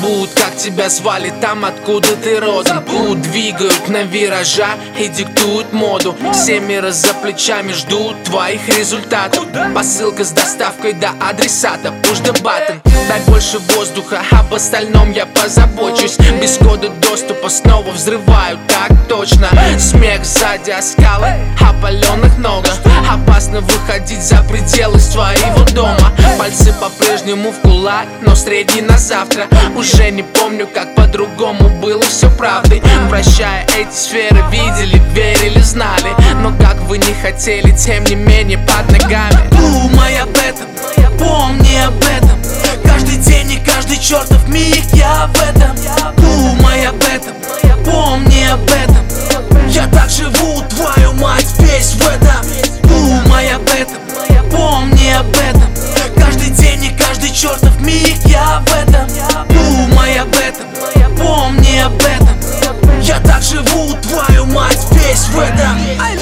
путь, как тебя звали там, откуда ты родом. Путь двигают на виражах и диктуют моду. Все мира за плечами ждут твоих результатов. Посылка с доставкой до адресата, push the button. Дай больше воздуха, об остальном я позабочусь. Без кода доступа снова взрываю, так точно. Смех сзади, оскалы, опаленных много. Опасно выходить за пределы своего дома. Пальцы по-прежнему в кулак, но средний на завтра. Уже не помню, как по-другому было все правдой. Прощая эти сферы, видели, верили, знали. Но как вы не хотели, тем не менее под ногами. Думай об этом, помни об этом. Каждый день и каждый чертов миг я в этом. Думай об этом, помни об этом. Я так живу, твою мать, весь в этом. Думай об этом, помни об этом. Каждый день и каждый чертов миг я в этом. Думай об этом, помни об этом. Я так живу, твою мать, весь в этом.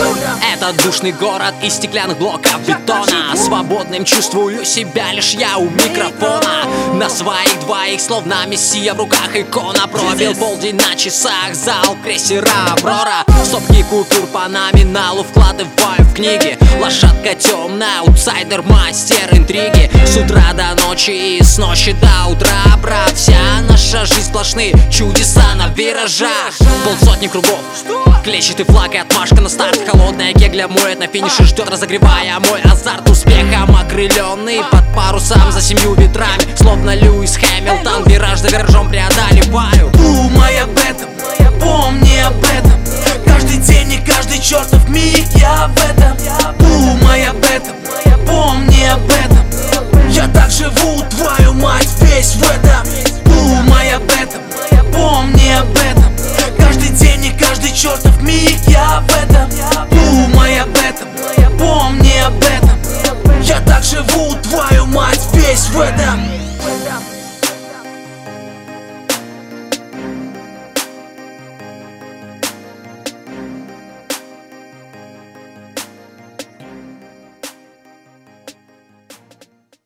Это душный город из стеклянных блоков бетона. Свободным чувствую себя лишь я у микрофона. На своих двоих, словно мессия, в руках икона. Пробил полдень на часах, зал крейсера Аврора. Стопки купюр по номиналу вкладываю в книги. Лошадка темная, аутсайдер, мастер интриги. С утра до ночи и с ночи до утра, брат. Вся наша жизнь сплошные чудеса на виражах. Полсотни кругов, клетчатый флаг и отмашка на старт. Холодная кегля моет на финише, ждет, разогревая мой азарт. Успехом окрыленный под парусом за 7 ветрами. Словно Льюис Хэмилтон, вираж за виражом преодолеваю. Думай об этом, помни об этом. Каждый день и каждый чертов миг я в этом. Думай об этом, помни об этом. Я так живу, твою мать, весь в этом. Думай об этом, помни об этом. Каждый день и каждый чертов миг я в этом. Думай об этом, помни об этом. Я так живу, твою мать, весь в этом.